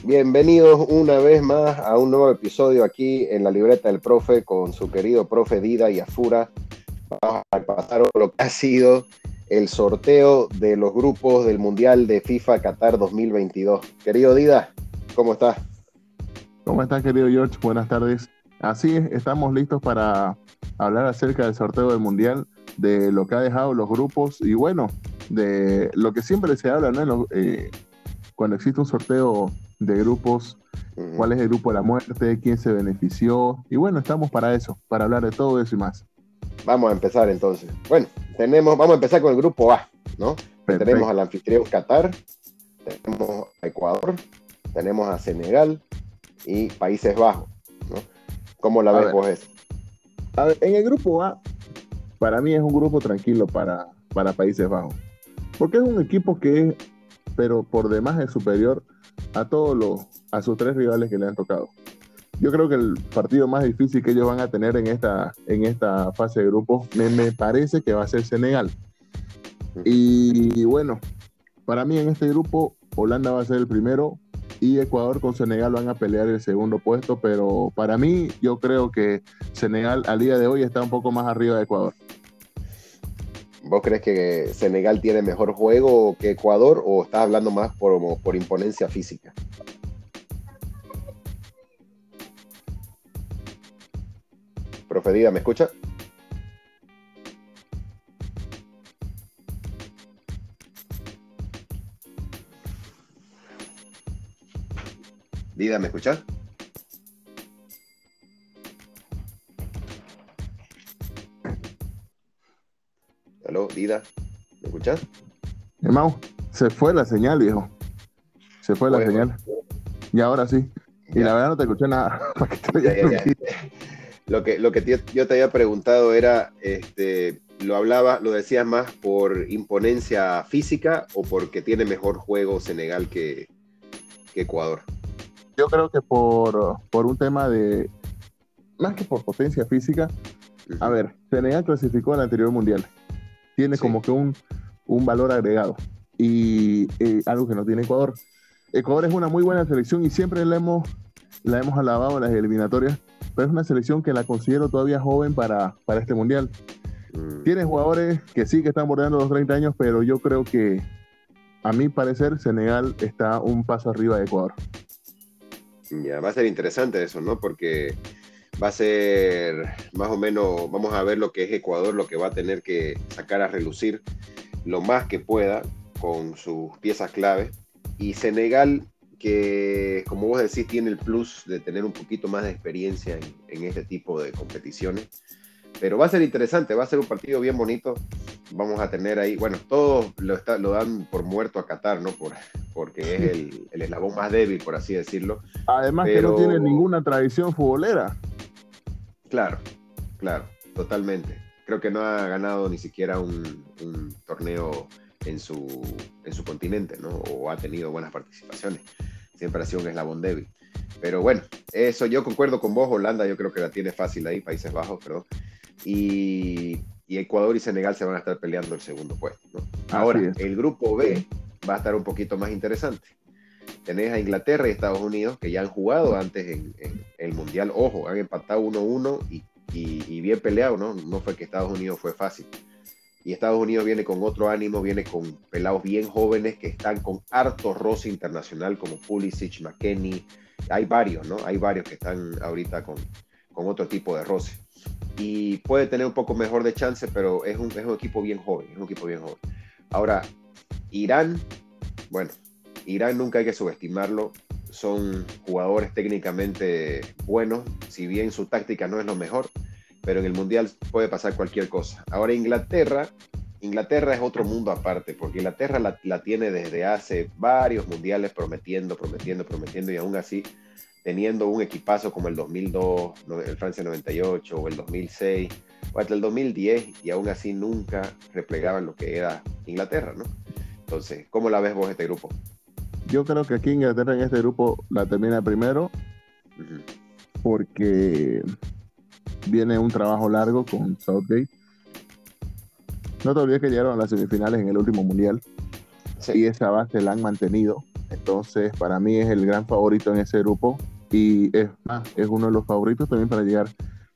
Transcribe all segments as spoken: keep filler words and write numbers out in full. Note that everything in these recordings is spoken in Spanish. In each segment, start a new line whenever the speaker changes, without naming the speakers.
Bienvenidos una vez más a un nuevo episodio aquí en la libreta del profe con su querido profe Dida y Afura. Vamos a repasar lo que ha sido el sorteo de los grupos del Mundial de FIFA Qatar dos mil veintidós. Querido Dida, ¿cómo estás?
¿Cómo estás, querido George? Buenas tardes. Así es, estamos listos para hablar acerca del sorteo del Mundial, de lo que ha dejado los grupos y bueno, de lo que siempre se habla, ¿no? En lo- eh, cuando existe un sorteo de grupos,
Uh-huh.
cuál es el grupo de la muerte, quién se benefició y bueno, estamos para eso, para hablar de todo eso y más.
Vamos a empezar entonces. Bueno, tenemos, vamos a empezar con el grupo A, ¿no? Que tenemos
Perfecto.
al anfitrión Qatar, tenemos a Ecuador, tenemos a Senegal y Países Bajos, ¿no? ¿Cómo la
A
ves
ver,
vos eso?
a ver, en el grupo A, para mí es un grupo tranquilo para, para Países Bajos, porque es un equipo que es, pero por demás es superior a todos los, a sus tres rivales que le han tocado. Yo creo que el partido más difícil que ellos van a tener en esta, en esta fase de grupos me, me parece que va a ser Senegal.
Uh-huh.
Y bueno, para mí en este grupo Holanda va a ser el primero y Ecuador con Senegal van a pelear el segundo puesto, pero para mí yo creo que Senegal al día de hoy está un poco más arriba de Ecuador.
¿Vos crees que Senegal tiene mejor juego que Ecuador o estás hablando más por, por imponencia física? Profe Dida, ¿me escucha? Dida, ¿me escucha? ¿Aló, Dida? ¿Me escuchas?
Hermano, se fue la señal, viejo. Se fue la
Pues,
señal. Y ahora sí. Y la
ya,
verdad no te escuché nada. Para que te lo
ya,
haya
ya, ya.
mentido.
Lo que, lo que te- yo te había preguntado era, este, ¿lo hablaba, lo decías más por imponencia física o porque tiene mejor juego Senegal que, que Ecuador?
Yo creo que por, por un tema de, más que por potencia física, a
Uh-huh.
ver, Senegal clasificó al anterior mundial. Tiene
Sí.
como que un, un valor agregado. Y eh, algo que no tiene Ecuador. Ecuador es una muy buena selección y siempre la hemos, la hemos alabado en las eliminatorias, pero es una selección que la considero todavía joven para, para este mundial.
Mm.
Tiene jugadores que sí que están bordeando los treinta años, pero yo creo que, a mi parecer, Senegal está un paso arriba de Ecuador.
Ya, va a ser interesante eso, ¿no? Porque va a ser más o menos, vamos a ver lo que es Ecuador, lo que va a tener que sacar a relucir lo más que pueda con sus piezas clave. Y Senegal, que como vos decís, tiene el plus de tener un poquito más de experiencia en, en este tipo de competiciones. Pero va a ser interesante, va a ser un partido bien bonito. Vamos a tener ahí, bueno, todos lo, está, lo dan por muerto a Qatar, ¿no? Por, porque es el, el eslabón más débil, por así decirlo.
Además que no tiene
Pero
ninguna tradición futbolera.
claro, claro, totalmente. Creo que no ha ganado ni siquiera un, un torneo en su, en su continente, ¿no? O ha tenido buenas participaciones. Siempre ha sido un eslabón débil. Pero bueno, eso yo concuerdo con vos, Holanda, yo creo que la tiene fácil ahí, Países Bajos, perdón. Y, y Ecuador y Senegal se van a estar peleando el segundo puesto, ¿no?
Así
Ahora,
es.
el grupo B va a estar un poquito más interesante. Tenés a Inglaterra y Estados Unidos que ya han jugado antes en, en el Mundial. Ojo, han empatado uno uno y, y, y bien peleado, ¿no? No fue que Estados Unidos fue fácil. Y Estados Unidos viene con otro ánimo, viene con pelados bien jóvenes que están con harto roce internacional como Pulisic, McKennie. Hay varios, ¿no? Hay varios que están ahorita con, con otro tipo de roce. Y puede tener un poco mejor de chance, pero es un, es un equipo bien joven, es un equipo bien joven. Ahora, Irán, bueno, Irán nunca hay que subestimarlo. Son jugadores técnicamente buenos, si bien su táctica no es lo mejor, pero en el Mundial puede pasar cualquier cosa. Ahora Inglaterra, Inglaterra es otro mundo aparte, porque Inglaterra la, la tiene desde hace varios mundiales prometiendo, prometiendo, prometiendo, y aún así teniendo un equipazo como el dos mil dos, el Francia noventa y ocho o el dos mil seis o hasta el dos mil diez, y aún así nunca replegaban lo que era Inglaterra, ¿no? Entonces, ¿cómo la ves vos este grupo?
Yo creo que aquí Inglaterra en este grupo la termina primero
Uh-huh.
porque viene un trabajo largo con Southgate. No te olvides que llegaron a las semifinales en el último mundial
Sí.
y esa base la han mantenido. Entonces, para mí es el gran favorito en ese grupo y es más, es uno de los favoritos también para llegar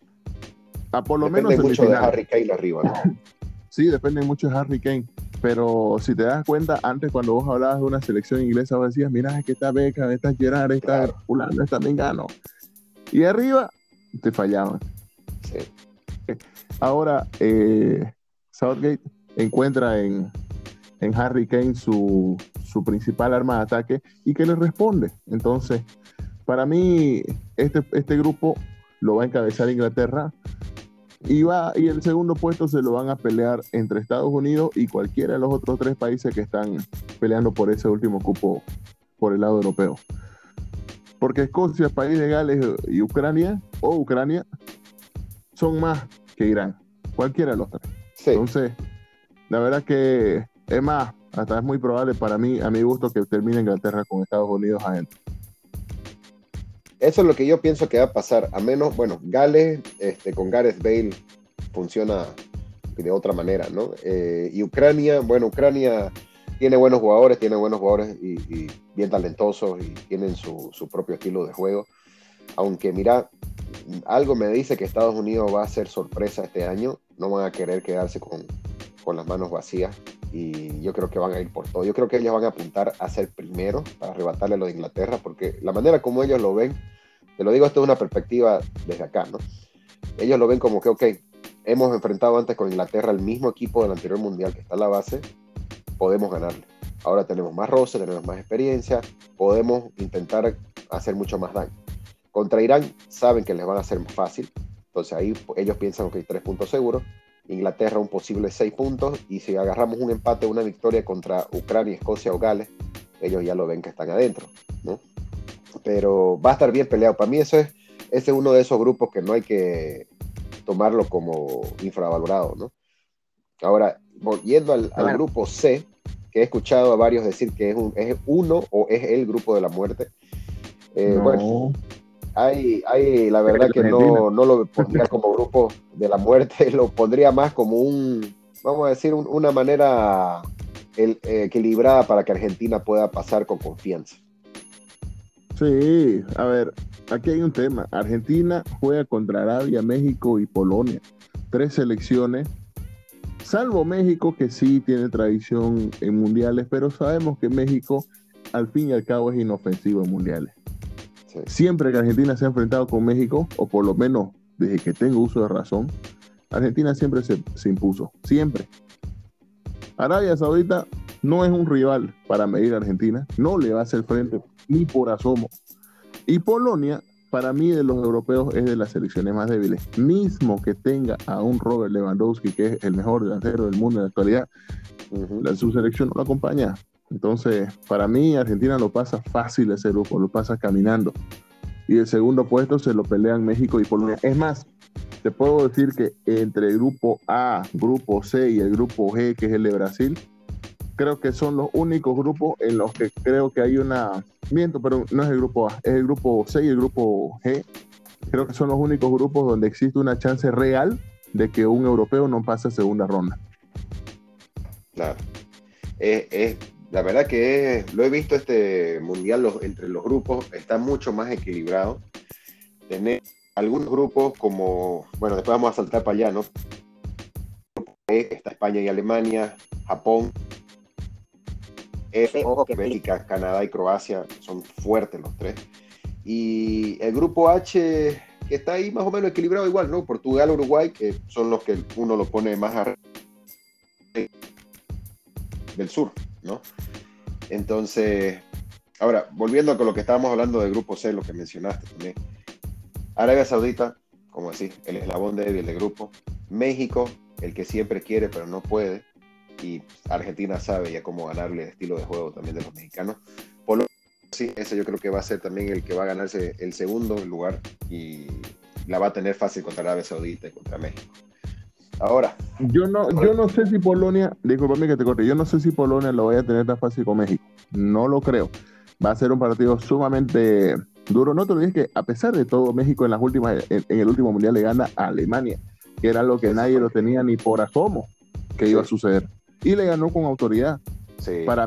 a por lo
Depende
menos
mucho de
semifinales.
Harry Kane arriba, ¿no?
Sí, depende mucho de Harry Kane. Pero si te das cuenta, antes cuando vos hablabas de una selección inglesa, vos decías, mira, es que está Beckham, está Gerrard, está
Claro.
fulano, está Mengano. Y arriba te fallaban.
Sí.
Ahora, eh, Southgate encuentra en, en Harry Kane su, su principal arma de ataque y que le responde. Entonces, para mí, este, este grupo lo va a encabezar Inglaterra y, va, y el segundo puesto se lo van a pelear entre Estados Unidos y cualquiera de los otros tres países que están peleando por ese último cupo por el lado europeo. Porque Escocia, País de Gales y Ucrania, o Ucrania, son más que Irán, cualquiera de los tres.
Sí.
Entonces, la verdad que es más, hasta es muy probable para mí, a mi gusto, que termine Inglaterra con Estados Unidos adentro.
Eso es lo que yo pienso que va a pasar, a menos, bueno, Gales, este, con Gareth Bale funciona de otra manera, ¿no? Eh, y Ucrania, bueno, Ucrania tiene buenos jugadores, tiene buenos jugadores y, y bien talentosos y tienen su, su propio estilo de juego, aunque mira, algo me dice que Estados Unidos va a ser sorpresa este año, no van a querer quedarse con, con las manos vacías y yo creo que van a ir por todo. Yo creo que ellos van a apuntar a ser primero para arrebatarle lo de Inglaterra, porque la manera como ellos lo ven, te lo digo, esto es una perspectiva desde acá, ¿no? Ellos lo ven como que, ok, hemos enfrentado antes con Inglaterra el mismo equipo del anterior mundial que está en la base, podemos ganarle. Ahora tenemos más roce, tenemos más experiencia, podemos intentar hacer mucho más daño. Contra Irán saben que les van a hacer más fácil, entonces ahí ellos piensan, ok, tres puntos seguros, Inglaterra un posible seis puntos, y si agarramos un empate, una victoria contra Ucrania, Escocia o Gales, ellos ya lo ven que están adentro, ¿no? Pero va a estar bien peleado. Para mí eso es, ese es uno de esos grupos que no hay que tomarlo como infravalorado, ¿no? Ahora, volviendo al, al grupo C, que he escuchado a varios decir que es, un, es uno o es el grupo de la muerte. Eh,
no.
Bueno, hay, hay, la verdad que no, no lo pondría como grupo de la muerte, lo pondría más como un, vamos a decir, un, una manera el, eh, equilibrada para que Argentina pueda pasar con confianza.
Sí, a ver, aquí hay un tema. Argentina juega contra Arabia, México y Polonia. Tres selecciones, salvo México, que sí tiene tradición en mundiales, pero sabemos que México, al fin y al cabo, es inofensivo en mundiales. Sí. Siempre que Argentina se ha enfrentado con México, o por lo menos desde que tengo uso de razón, Argentina siempre se, se impuso, siempre. Arabia Saudita no es un rival para medir a Argentina, no le va a hacer frente ni por asomo. Y Polonia, para mí, de los europeos, es de las selecciones más débiles. Mismo que tenga a un Robert Lewandowski, que es el mejor delantero del mundo en la actualidad, uh-huh. la, su selección no lo acompaña. Entonces, para mí, Argentina lo pasa fácil ese grupo, lo pasa caminando. Y el segundo puesto se lo pelean México y Polonia. Es más, te puedo decir que entre el grupo A, grupo C y el grupo G, que es el de Brasil, creo que son los únicos grupos en los que creo que hay una... Miento, pero no es el grupo A, es el grupo C y el grupo G. Creo que son los únicos grupos donde existe una chance real de que un europeo no pase a segunda ronda.
Claro. Eh, eh, la verdad que es, lo he visto este mundial los, entre los grupos, está mucho más equilibrado. Tener algunos grupos como... Bueno, después vamos a saltar para allá, ¿no? Está España y Alemania, Japón. F, ojo que Bélgica, Canadá y Croacia son fuertes los tres. Y el grupo H, que está ahí más o menos equilibrado igual, ¿no? Portugal, Uruguay, que son los que uno lo pone más arriba del sur, ¿no? Entonces, ahora, volviendo con lo que estábamos hablando del grupo C, lo que mencionaste también. Arabia Saudita, como decís, el eslabón débil del grupo. México, el que siempre quiere pero no puede. Y Argentina sabe ya cómo ganarle el estilo de juego también de los mexicanos. Polonia, sí, ese yo creo que va a ser también el que va a ganarse el segundo lugar y la va a tener fácil contra Arabia Saudita y contra México. Ahora.
Yo no, yo no sé si Polonia, discúlpame que te corte, yo no sé si Polonia lo vaya a tener tan fácil con México. No lo creo. Va a ser un partido sumamente duro. No te olvides que a pesar de todo, México en las últimas, en, en el último mundial le gana a Alemania, que era lo que sí, nadie sí. lo tenía ni por asomo que sí. iba a suceder. Y le ganó con autoridad. Sí. Para mí,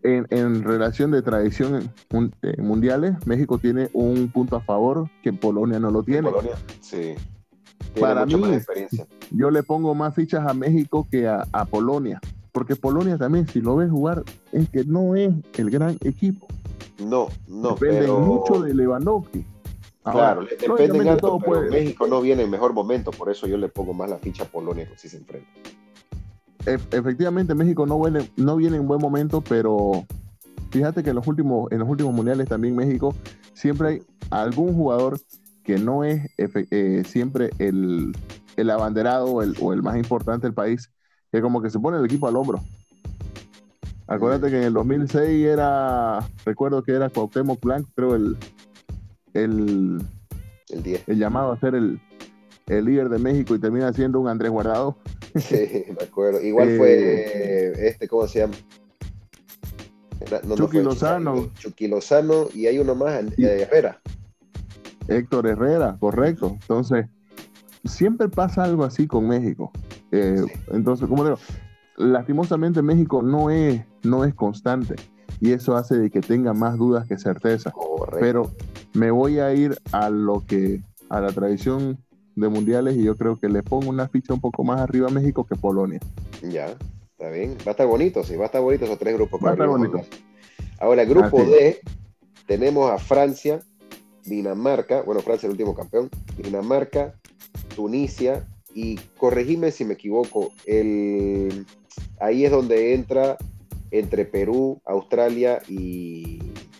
en, en relación de tradición en, en mundiales, México tiene un punto a favor que Polonia no lo
¿De
tiene.
Polonia? Sí. Tiene
Para
mucha más
mí,
experiencia.
yo le pongo más fichas a México que a, a Polonia, porque Polonia también, si lo ves jugar, es que no es el gran equipo.
No, no,
Dependen
pero
mucho de Lewandowski. Ahora,
claro, le- dependen
lógicamente
alto,
todo
pero
puede,
México no viene en mejor momento, por eso yo le pongo más la ficha a Polonia si se enfrenta.
e- efectivamente México no viene, no viene en buen momento, pero fíjate que en los últimos, en los últimos mundiales también México siempre hay algún jugador que no es efe- eh, siempre el, el abanderado o el, o el más importante del país, que como que se pone el equipo al hombro. Acuérdate
Mm,
que en el dos mil seis era, recuerdo que era Cuauhtémoc Blanco, creo, el, el,
el diez.
el llamado a ser el, el líder de México y termina siendo un Andrés Guardado.
Sí, de acuerdo. Igual
Eh,
fue este, ¿cómo se llama? No, no
Chucky
fue
Lozano,
Chicharito, Chucky Lozano y hay uno más, eh, Herrera.
Héctor Herrera, correcto. Entonces, siempre pasa algo así con México. Eh,
Sí,
entonces, como digo, lastimosamente México no es, no es constante y eso hace de que tenga más dudas que certeza.
correcto.
Pero me voy a ir a lo que, a la tradición de mundiales y yo creo que le pongo una ficha un poco más arriba a México que Polonia.
Ya, está bien. Va a estar bonito, sí, va a estar bonito esos tres grupos que
Va a estar
abrimos a
bonito.
hablar. Ahora, el grupo
Así.
D, tenemos a Francia, Dinamarca, bueno, Francia el último campeón, Dinamarca, Tunisia, y corregime si me equivoco, el, ahí es donde entra entre Perú, Australia y,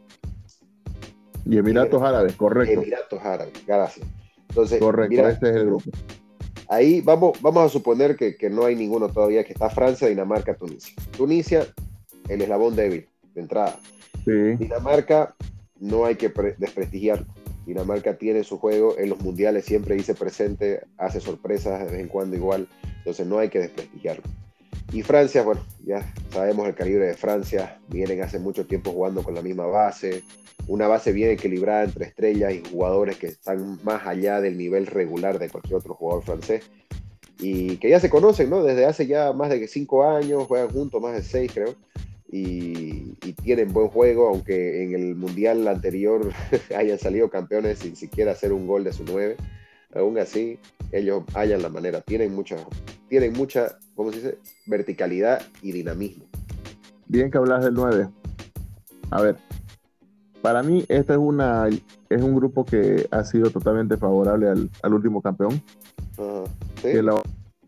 Y Emiratos
y
Árabes, correcto.
Emiratos Árabes. Gracias. Entonces,
Correcto,
mira,
ese es el grupo.
ahí vamos, vamos a suponer que, que no hay ninguno todavía, que está Francia, Dinamarca, Tunisia. Tunisia, el eslabón débil de entrada.
Sí,
Dinamarca, no hay que pre- desprestigiarlo. Dinamarca tiene su juego, en los mundiales siempre dice presente, hace sorpresas de vez en cuando igual, entonces no hay que desprestigiarlo. Y Francia, bueno, ya sabemos el calibre de Francia, vienen hace mucho tiempo jugando con la misma base, una base bien equilibrada entre estrellas y jugadores que están más allá del nivel regular de cualquier otro jugador francés y que ya se conocen, ¿no? Desde hace ya más de cinco años, juegan juntos, más de seis creo, y, y tienen buen juego, aunque en el mundial anterior hayan salido campeones sin siquiera hacer un gol de su nueve, aún así ellos hallan la manera, tienen mucha, tienen mucha, ¿cómo se dice? Verticalidad y dinamismo.
bien que hablas del nueve. A ver, para mí este es, una, es un grupo que ha sido totalmente favorable al, al último campeón.
Ajá. ¿Sí?
Que la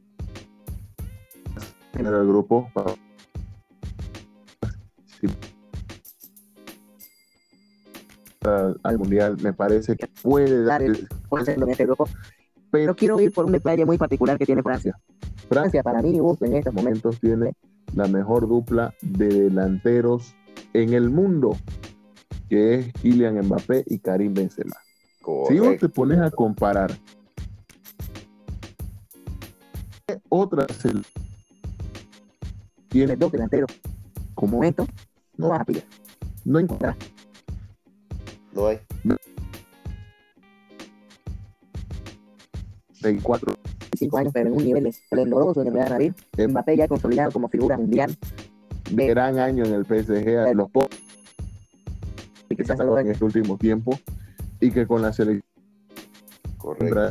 en el grupo sí, al mundial me parece que puede dar el puede ser en este grupo, pero quiero ir por un detalle muy particular que tiene Francia. Francia para mí uf, en estos momentos tiene la mejor dupla de delanteros en el mundo, que es Kylian Mbappé y Karim Benzema.
Correcto.
Si vos te pones a comparar otras tiene dos delanteros como esto, no vas a pillar, no encontrar.
No hay.
veinticuatro
cinco años, pero en un nivel esplendoroso en el Real Madrid. Mbappé ya consolidado como figura mundial.
Gran año en el P S G, a los pocos que quizás salvo en este último tiempo, y que con la selección
Correcto.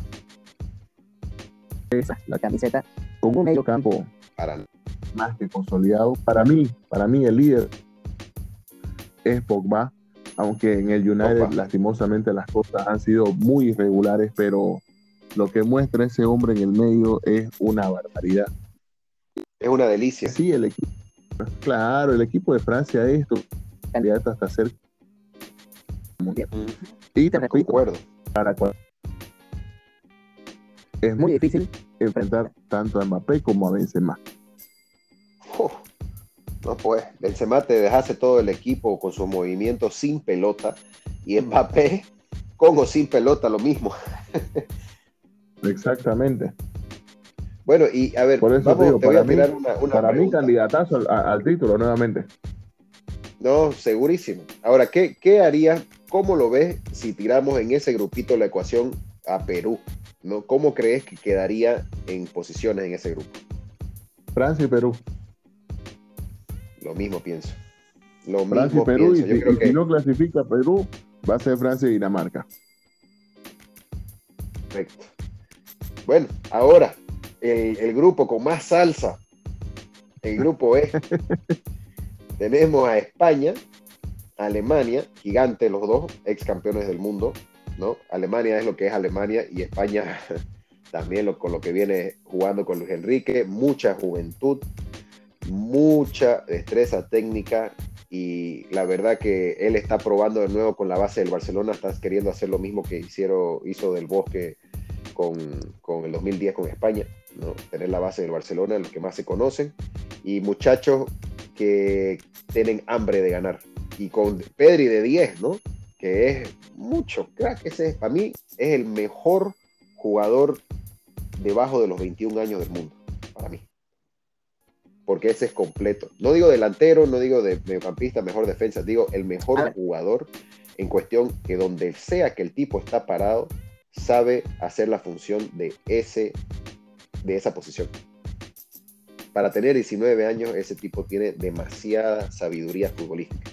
la camiseta con un medio campo para más que consolidado. Para mí, para mí el líder es Pogba, aunque en el United Pogba, lastimosamente las cosas han sido muy irregulares, pero lo que muestra ese hombre en el medio es una barbaridad.
Es una delicia.
Sí, el equipo, claro, el equipo de Francia es candidato hasta ser mundial. Mm. Y te repito,
concuerdo.
Para cual es muy difícil enfrentar tanto a Mbappé como a Benzema.
Oh, no, pues, Benzema te dejase todo el equipo con sus movimientos sin pelota y Mbappé con o sin pelota lo mismo.
Exactamente.
Bueno, y a ver,
por eso
vamos,
digo,
te voy a
mí,
tirar una, una
para
pregunta.
mí candidatazo al, al título nuevamente.
No, segurísimo. Ahora, ¿qué, ¿qué harías? ¿Cómo lo ves si tiramos en ese grupito la ecuación a Perú? ¿No? ¿Cómo crees que quedaría en posiciones en ese grupo?
Francia y Perú.
Lo mismo pienso. Lo
Francia y
mismo
Perú, y,
pienso. Yo
si,
creo
y
que
si no clasifica Perú, va a ser Francia y Dinamarca.
perfecto. Bueno, ahora el, el grupo con más salsa, el grupo E. Tenemos a España, Alemania, gigantes los dos, ex campeones del mundo, ¿no? Alemania es lo que es Alemania y España también lo, con lo que viene jugando con Luis Enrique, mucha juventud, mucha destreza técnica y la verdad que él está probando de nuevo con la base del Barcelona, está queriendo hacer lo mismo que hicieron, hizo Del Bosque con, con el dos mil diez con España, ¿no? Tener la base del Barcelona, los que más se conocen, y muchachos que tienen hambre de ganar. Y con Pedri de diez, ¿no? Que es mucho, crack, ese para mí es el mejor jugador debajo de los veintiún años del mundo, para mí. Porque ese es completo. No digo delantero, no digo de mediocampista, mejor defensa, digo el mejor jugador en cuestión que donde sea que el tipo está parado, sabe hacer la función de, ese, de esa posición. Para tener diecinueve años, ese tipo tiene demasiada sabiduría futbolística.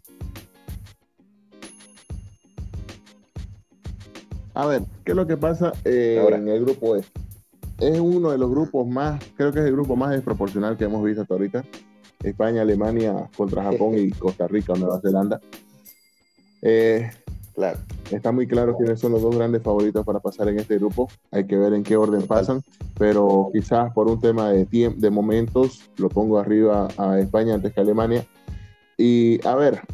A ver, ¿qué es lo que pasa eh,
Ahora,
en el grupo E? Es uno de los grupos más, creo que es el grupo más desproporcional que hemos visto hasta ahorita. España, Alemania contra Japón y Costa Rica o Nueva Zelanda. Eh,
claro.
Está muy claro quiénes son los dos grandes favoritos para pasar en este grupo. Hay que ver en qué orden pasan, pero quizás por un tema de tiempo, de momentos, lo pongo arriba a España antes que a Alemania. Y a ver,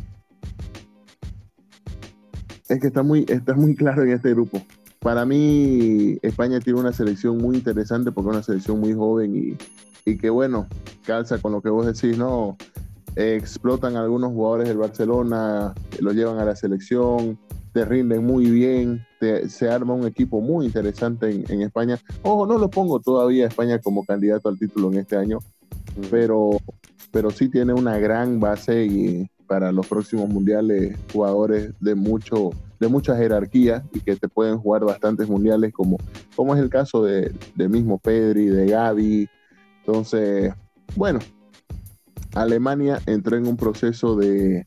es que está muy, está muy claro en este grupo. Para mí, España tiene una selección muy interesante porque es una selección muy joven y, y que, bueno, calza con lo que vos decís, ¿no? Eh, explotan a algunos jugadores del Barcelona, los llevan a la selección, te rinden muy bien, te, se arma un equipo muy interesante en, en España. Ojo, no lo pongo todavía a España como candidato al título en este año, uh-huh. pero, pero sí tiene una gran base y para los próximos mundiales jugadores de mucho de mucha jerarquía y que te pueden jugar bastantes mundiales como, como es el caso de, de mismo Pedri, de Gavi. Entonces, bueno, Alemania entró en un proceso de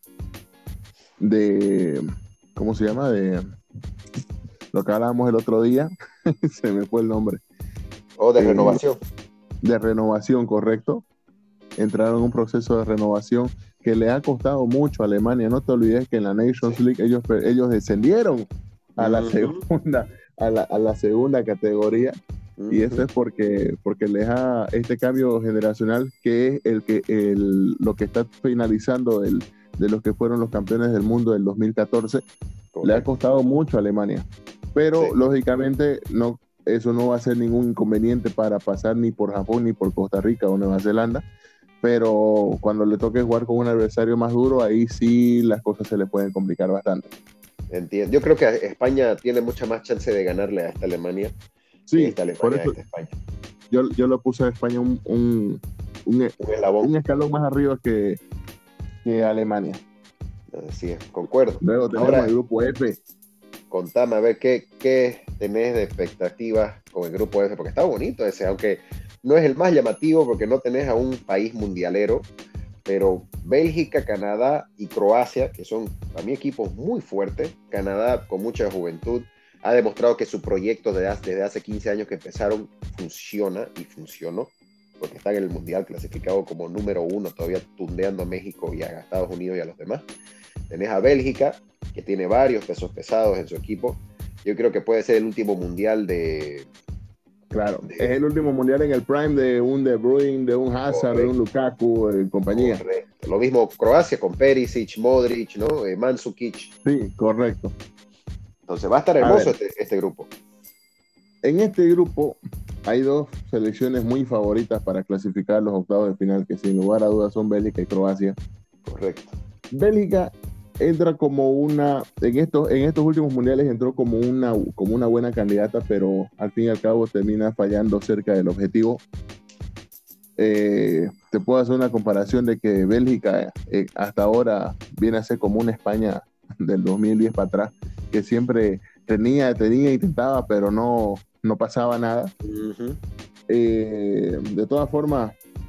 de ¿cómo se llama? De lo que hablábamos el otro día, se me fue el nombre.
O oh, de eh, renovación.
De renovación, correcto. Entraron en un proceso de renovación que le ha costado mucho a Alemania. No te olvides que en la Nations League ellos, ellos descendieron a la uh-huh. segunda, a la, a la segunda categoría. Uh-huh. Y eso es porque, porque les ha este cambio generacional que es el que el, lo que está finalizando el, de los que fueron los campeones del mundo del dos mil catorce. Okay. Le ha costado mucho a Alemania. Pero sí. lógicamente no, eso no va a ser ningún inconveniente para pasar ni por Japón ni por Costa Rica o Nueva Zelanda. Pero cuando le toque jugar con un adversario más duro, ahí sí las cosas se le pueden complicar bastante.
Entiendo. Yo creo que España tiene mucha más chance de ganarle a esta Alemania.
Sí,
esta Alemania
por eso
a esta España.
Yo, yo lo puse a España un, un, un, un, un escalón más arriba que, que Alemania.
Así es, concuerdo.
Luego tenemos Ahora, el grupo F.
Contame, a ver, ¿qué, qué tenés de expectativas con el grupo F? Porque está bonito ese, aunque no es el más llamativo porque no tenés a un país mundialero, pero Bélgica, Canadá y Croacia, que son para mí equipos muy fuertes, Canadá con mucha juventud, ha demostrado que su proyecto desde hace, desde hace quince años que empezaron funciona y funcionó, porque están en el Mundial clasificado como número uno, todavía tundeando a México y a Estados Unidos y a los demás. Tenés a Bélgica, que tiene varios pesos pesados en su equipo. Yo creo que puede ser el último Mundial de...
Claro, de, es el último mundial en el prime de un De Bruyne, de un Hazard, correcto, de un Lukaku, en compañía.
Correcto. Lo mismo Croacia con Perisic, Modric, ¿no? Eh, Mandzukic.
Sí, correcto.
Entonces va a estar hermoso a este, este grupo.
En este grupo hay dos selecciones muy favoritas para clasificar los octavos de final, que sin lugar a dudas son Bélgica y Croacia.
Correcto.
Bélgica entra como una, en estos, en estos últimos mundiales entró como una, como una buena candidata, pero al fin y al cabo termina fallando cerca del objetivo. Eh, te puedo hacer una comparación de que Bélgica eh, hasta ahora viene a ser como una España del dos mil diez para atrás, que siempre tenía, tenía, intentaba, pero no, no pasaba nada. Uh-huh. Eh, de todas formas,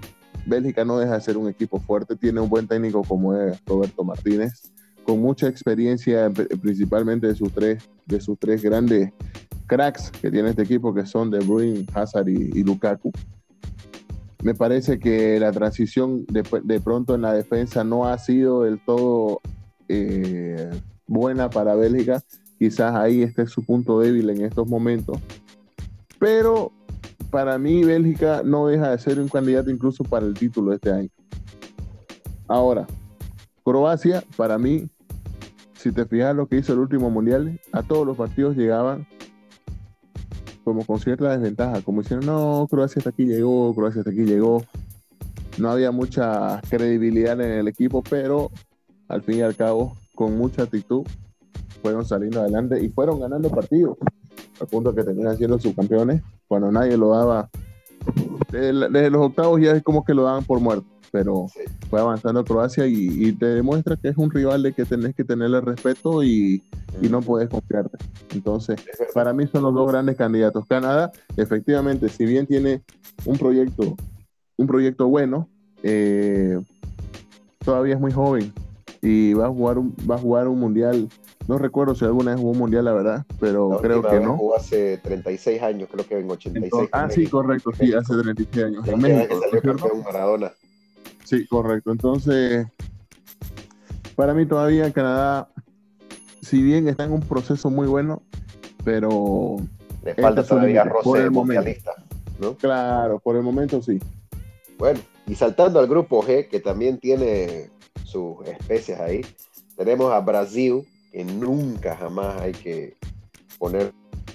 Bélgica no deja de ser un equipo fuerte, tiene un buen técnico como es Roberto Martínez, con mucha experiencia principalmente de sus tres, de sus tres grandes cracks que tiene este equipo, que son De Bruyne, Hazard y, y Lukaku. Me parece que la transición de, de pronto en la defensa no ha sido del todo eh, buena para Bélgica. Quizás ahí esté su punto débil en estos momentos. Pero para mí Bélgica no deja de ser un candidato incluso para el título de este año. Ahora, Croacia, para mí, si te fijas lo que hizo el último mundial, a todos los partidos llegaban como con cierta desventaja, como diciendo, no, Croacia hasta aquí llegó, Croacia hasta aquí llegó. No había mucha credibilidad en el equipo, pero al fin y al cabo, con mucha actitud, fueron saliendo adelante y fueron ganando partidos, al punto que terminan siendo subcampeones, cuando nadie lo daba. Desde, desde los octavos ya es como que lo daban por muerto, pero sí, fue avanzando Croacia y, y te demuestra que es un rival de que tenés que tenerle respeto y, y no puedes confiarte. Entonces, para mí son los dos grandes candidatos. Canadá, efectivamente, si bien tiene un proyecto, un proyecto bueno, eh, todavía es muy joven y va a jugar un, va a jugar un mundial. No recuerdo si alguna vez jugó un mundial, la verdad, pero
la
creo que no.
Jugó hace treinta y seis años, creo que en ochenta y seis.
Entonces, ah, sí, correcto, sí, hace treinta y seis años. En México,
que salió campeón Maradona.
Sí, correcto. Entonces, para mí todavía Canadá, si bien está en un proceso muy bueno, pero
le falta este todavía roce mundialista, ¿no?
Claro, por el momento sí.
Bueno, y saltando al grupo G, que también tiene sus especies ahí, tenemos a Brasil, que nunca jamás hay que poner,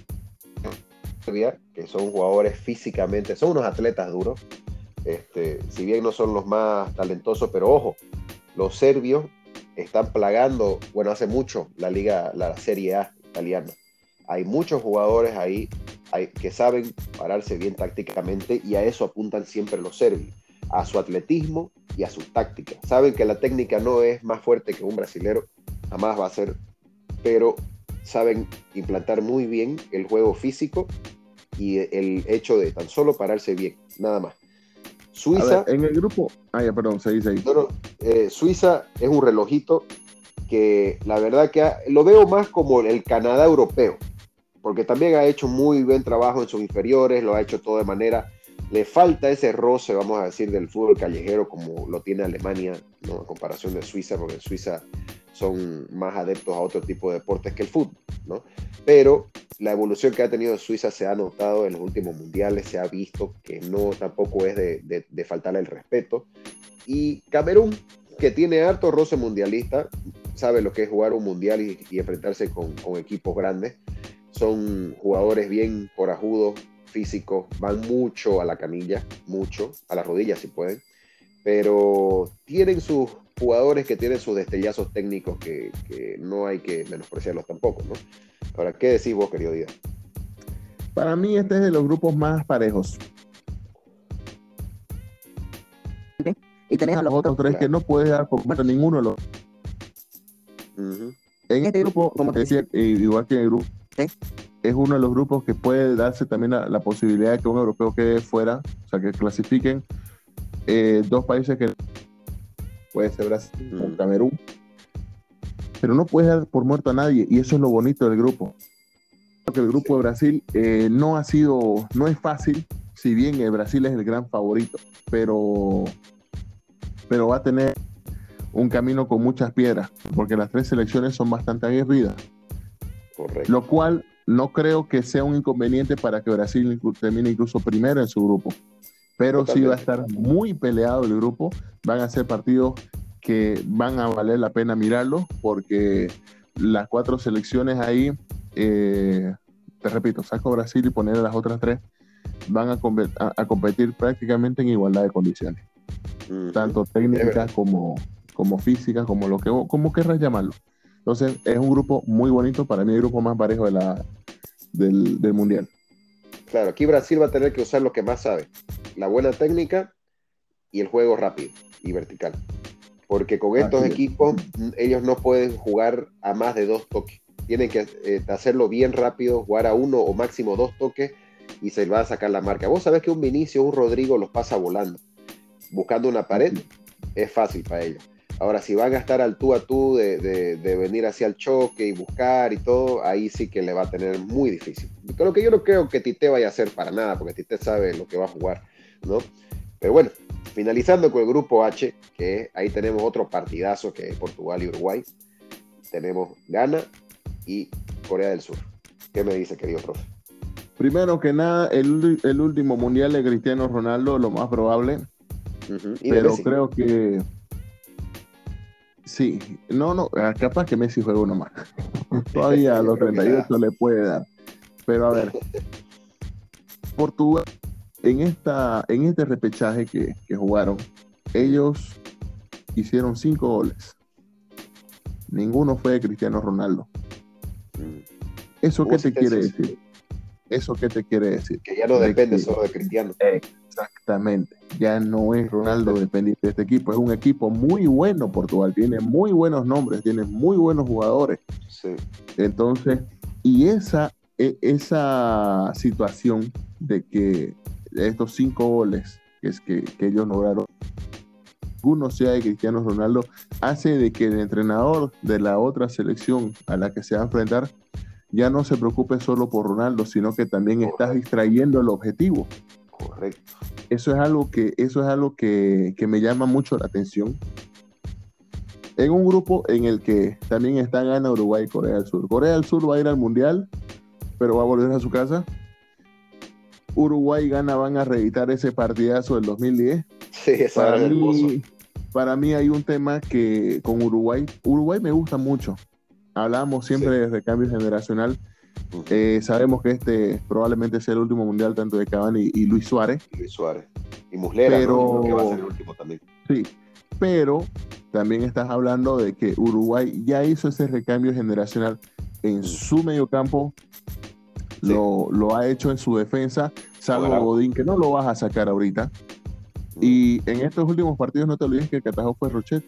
que son jugadores físicamente, son unos atletas duros, este, si bien no son los más talentosos, pero ojo, los serbios están plagando, bueno, hace mucho la liga, la Serie A italiana. Hay muchos jugadores ahí hay, que saben pararse bien tácticamente y a eso apuntan siempre los serbios, a su atletismo y a su táctica. Saben que la técnica no es más fuerte que un brasilero, jamás va a ser, pero saben implantar muy bien el juego físico y el hecho de tan solo pararse bien, nada más. Suiza,
ver, en el grupo, ah, ya, perdón, se dice ahí.
No, no, eh, Suiza es un relojito que la verdad que ha, lo veo más como el Canadá europeo, porque también ha hecho muy buen trabajo en sus inferiores, lo ha hecho todo de manera, le falta ese roce, vamos a decir, del fútbol callejero como lo tiene Alemania, ¿no? En comparación de Suiza, porque en Suiza son más adeptos a otro tipo de deportes que el fútbol, ¿no? Pero la evolución que ha tenido Suiza se ha notado en los últimos mundiales, se ha visto que no tampoco es de, de, de faltarle el respeto. Y Camerún, que tiene harto roce mundialista, sabe lo que es jugar un mundial y, y enfrentarse con, con equipos grandes. Son jugadores bien corajudos, físicos, van mucho a la canilla, mucho, a las rodillas si pueden, pero tienen sus jugadores que tienen sus destellazos técnicos que, que no hay que menospreciarlos tampoco, ¿no? Ahora, ¿qué decís vos, querido Díaz?
Para mí este es de los grupos más parejos.
Y tenés a los otros
tres que no puedes dar por cuenta ninguno de los.
Uh-huh.
En este grupo, como te decía, igual que en el grupo, ¿sí? Es uno de los grupos que puede darse también la, la posibilidad de que un europeo quede fuera, o sea, que clasifiquen eh, dos países que puede ser Brasil uh-huh. o Camerún, pero no puedes dar por muerto a nadie, y eso es lo bonito del grupo. Porque el grupo de Brasil eh, no ha sido, no es fácil, si bien el Brasil es el gran favorito, pero, pero va a tener un camino con muchas piedras, porque las tres selecciones son bastante aguerridas.
Correcto.
Lo cual no creo que sea un inconveniente para que Brasil termine incluso primero en su grupo, pero Totalmente. Sí va a estar muy peleado el grupo, van a ser partidos que van a valer la pena mirarlos, porque las cuatro selecciones ahí, eh, te repito, saco Brasil y poner a las otras tres, van a, a, a competir prácticamente en igualdad de condiciones, uh-huh. tanto técnicas como, como físicas, como lo que como querrás llamarlo. Entonces es un grupo muy bonito, para mí el grupo más parejo de la, del, del mundial.
Claro, aquí Brasil va a tener que usar lo que más sabe, la buena técnica y el juego rápido y vertical, porque con estos Así equipos es. ellos no pueden jugar a más de dos toques, tienen que eh, hacerlo bien rápido, jugar a uno o máximo dos toques y se va a sacar la marca. Vos sabés que un Vinicius, un Rodrigo los pasa volando, buscando una pared, es fácil para ellos. Ahora, si van a estar al tú a tú de, de, de venir hacia el choque y buscar y todo, ahí sí que le va a tener muy difícil. Creo que yo no creo que Tite vaya a hacer para nada, porque Tite sabe lo que va a jugar, ¿no? Pero bueno, finalizando con el grupo H, que ahí tenemos otro partidazo que es Portugal y Uruguay. Tenemos Ghana y Corea del Sur. ¿Qué me dice, querido profe?
Primero que nada, el, el último mundial de Cristiano Ronaldo, lo más probable.
Uh-huh. ¿Y
pero creo que sí, no, no, capaz que Messi juega uno más. Todavía a los treinta y ocho le puede dar. Pero a ver, Portugal, en, esta, en este repechaje que, que jugaron, ellos hicieron cinco goles. Ninguno fue de Cristiano Ronaldo. ¿Eso qué te quiere decir? ¿Eso qué te quiere decir?
Que ya no depende de que, solo de Cristiano.
Exactamente. Ya no es Ronaldo dependiente de este equipo. Es un equipo muy bueno, Portugal. Tiene muy buenos nombres, tiene muy buenos jugadores.
Sí.
Entonces, y esa, esa situación de que estos cinco goles que, es que, que ellos lograron, uno sea de Cristiano Ronaldo, hace de que el entrenador de la otra selección a la que se va a enfrentar ya no se preocupe solo por Ronaldo, sino que también
Correcto.
Estás distrayendo el objetivo.
Correcto.
Eso es algo que, eso es algo que, que me llama mucho la atención. En un grupo en el que también están Ghana, Uruguay y Corea del Sur. Corea del Sur va a ir al Mundial, pero va a volver a su casa. Uruguay y Ghana van a reeditar ese partidazo del dos mil diez.
Sí, esa
para,
era
mí, para mí hay un tema que con Uruguay, Uruguay me gusta mucho. Hablamos siempre sí. de recambio generacional. Uh-huh. Eh, sabemos que este probablemente sea el último mundial tanto de Cavani y, y Luis Suárez.
Luis Suárez. Y Muslera,
pero,
¿no? Que va a ser el último también.
Sí, pero también estás hablando de que Uruguay ya hizo ese recambio generacional en uh-huh. su mediocampo. Sí. Lo, lo ha hecho en su defensa, salvo bueno, Godín, que no lo vas a sacar ahorita. Uh-huh. Y en estos últimos partidos no te olvides que el que atajó fue Rochet.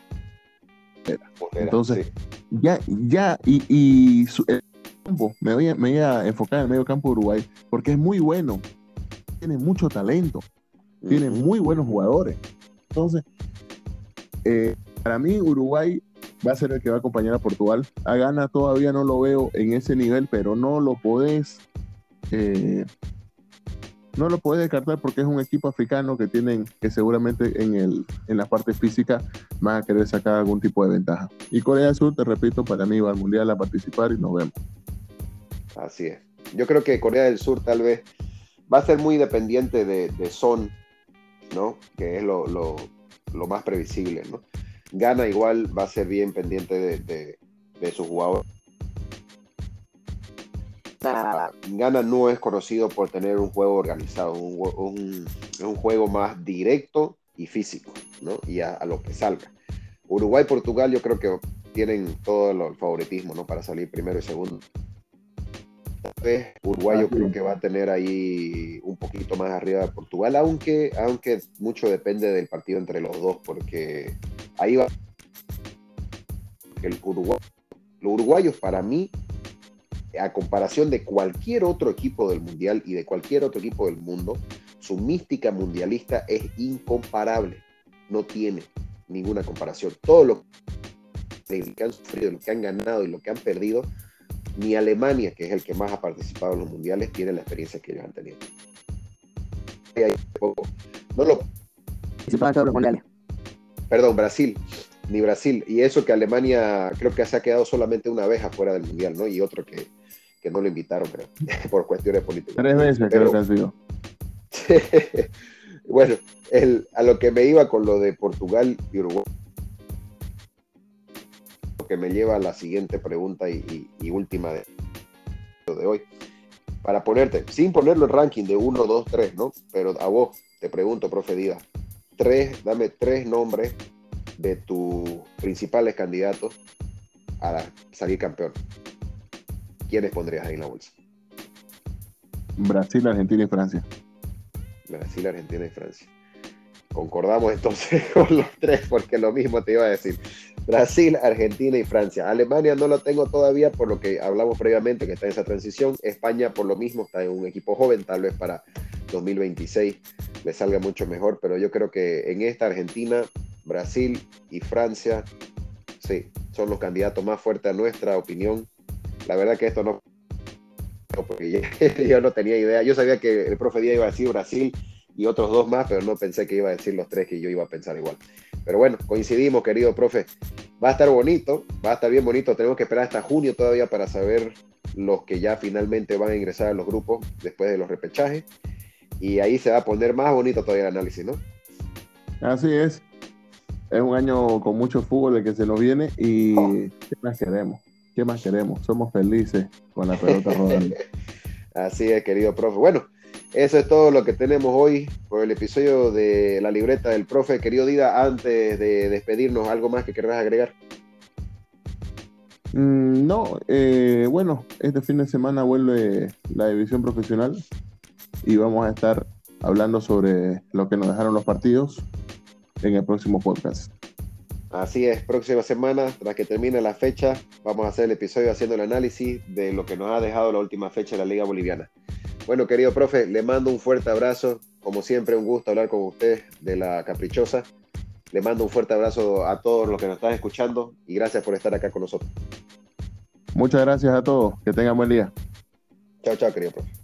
Entonces, sí. ya, ya, y, y su, el campo, me voy, a, me voy a enfocar en el medio campo de Uruguay, porque es muy bueno, tiene mucho talento, uh-huh. tiene muy buenos jugadores. Entonces, eh, para mí Uruguay va a ser el que va a acompañar a Portugal. A Ghana todavía no lo veo en ese nivel, pero no lo podés eh, no lo podés descartar porque es un equipo africano que tienen, que seguramente en, el, en la parte física van a querer sacar algún tipo de ventaja. Y Corea del Sur, te repito, para mí va al Mundial a participar y nos vemos.
Así es. Yo creo que Corea del Sur tal vez va a ser muy dependiente de, de Son, ¿no? Que es lo, lo, lo más previsible, ¿no? Ghana igual va a ser bien pendiente de, de, de sus jugadores. Ghana no es conocido por tener un juego organizado, un, un, un juego más directo y físico, ¿no? Y a, a lo que salga. Uruguay, Portugal, yo creo que tienen todo el favoritismo, ¿no? Para salir primero y segundo. Tal vez Uruguay yo creo que va a tener ahí un poquito más arriba de Portugal, aunque, aunque mucho depende del partido entre los dos, porque ahí va el Uruguay. Los uruguayos para mí, a comparación de cualquier otro equipo del mundial y de cualquier otro equipo del mundo, su mística mundialista es incomparable, no tiene ninguna comparación. Todo lo que han sufrido, lo que han ganado y lo que han perdido, ni Alemania, que es el que más ha participado en los mundiales, tiene la experiencia que ellos han tenido. No lo... Perdón, Brasil, ni Brasil, y eso que Alemania creo que se ha quedado solamente una vez afuera del mundial, ¿no? Y otro que, que no lo invitaron, pero por cuestiones políticas.
Tres veces pero, creo que han sido.
Bueno, el, a lo que me iba con lo de Portugal y Uruguay, lo que me lleva a la siguiente pregunta y, y, y última de, de hoy. Para ponerte, sin ponerlo en ranking de uno, dos, tres, ¿no? Pero a vos te pregunto, profe Díaz, tres, dame tres nombres de tus principales candidatos a salir campeón. ¿Quiénes pondrías ahí en la bolsa?
Brasil, Argentina y Francia.
Brasil, Argentina y Francia. Concordamos entonces con los tres, porque lo mismo te iba a decir. Brasil, Argentina y Francia. Alemania no lo tengo todavía, por lo que hablamos previamente, que está en esa transición. España, por lo mismo, está en un equipo joven, tal vez para dos mil veintiséis le salga mucho mejor, pero yo creo que en esta Argentina, Brasil y Francia, sí, son los candidatos más fuertes a nuestra opinión. La verdad que esto no, porque yo no tenía idea, yo sabía que el profe Díaz iba a decir Brasil y otros dos más, pero no pensé que iba a decir los tres que yo iba a pensar igual. Pero bueno, coincidimos, querido profe. Va a estar bonito, va a estar bien bonito. Tenemos que esperar hasta junio todavía para saber los que ya finalmente van a ingresar a los grupos después de los repechajes. Y ahí se va a poner más bonito todavía el análisis, ¿no?
Así es. Es un año con mucho fútbol el que se nos viene y oh. ¿qué más queremos? ¿Qué más queremos? Somos felices con la pelota rodando.
Así es, querido profe. Bueno, eso es todo lo que tenemos hoy por el episodio de la libreta del profe. Querido Dida, antes de despedirnos, ¿algo más que querrás agregar?
Mm, no, eh, bueno, este fin de semana vuelve la división profesional y vamos a estar hablando sobre lo que nos dejaron los partidos en el próximo podcast.
Así es, próxima semana, tras que termine la fecha, vamos a hacer el episodio haciendo el análisis de lo que nos ha dejado la última fecha de la Liga Boliviana. Bueno, querido profe, le mando un fuerte abrazo. Como siempre, un gusto hablar con usted de la Caprichosa. Le mando un fuerte abrazo a todos los que nos están escuchando y gracias por estar acá con nosotros.
Muchas gracias a todos. Que tengan buen día.
Chao, chao, querido profe.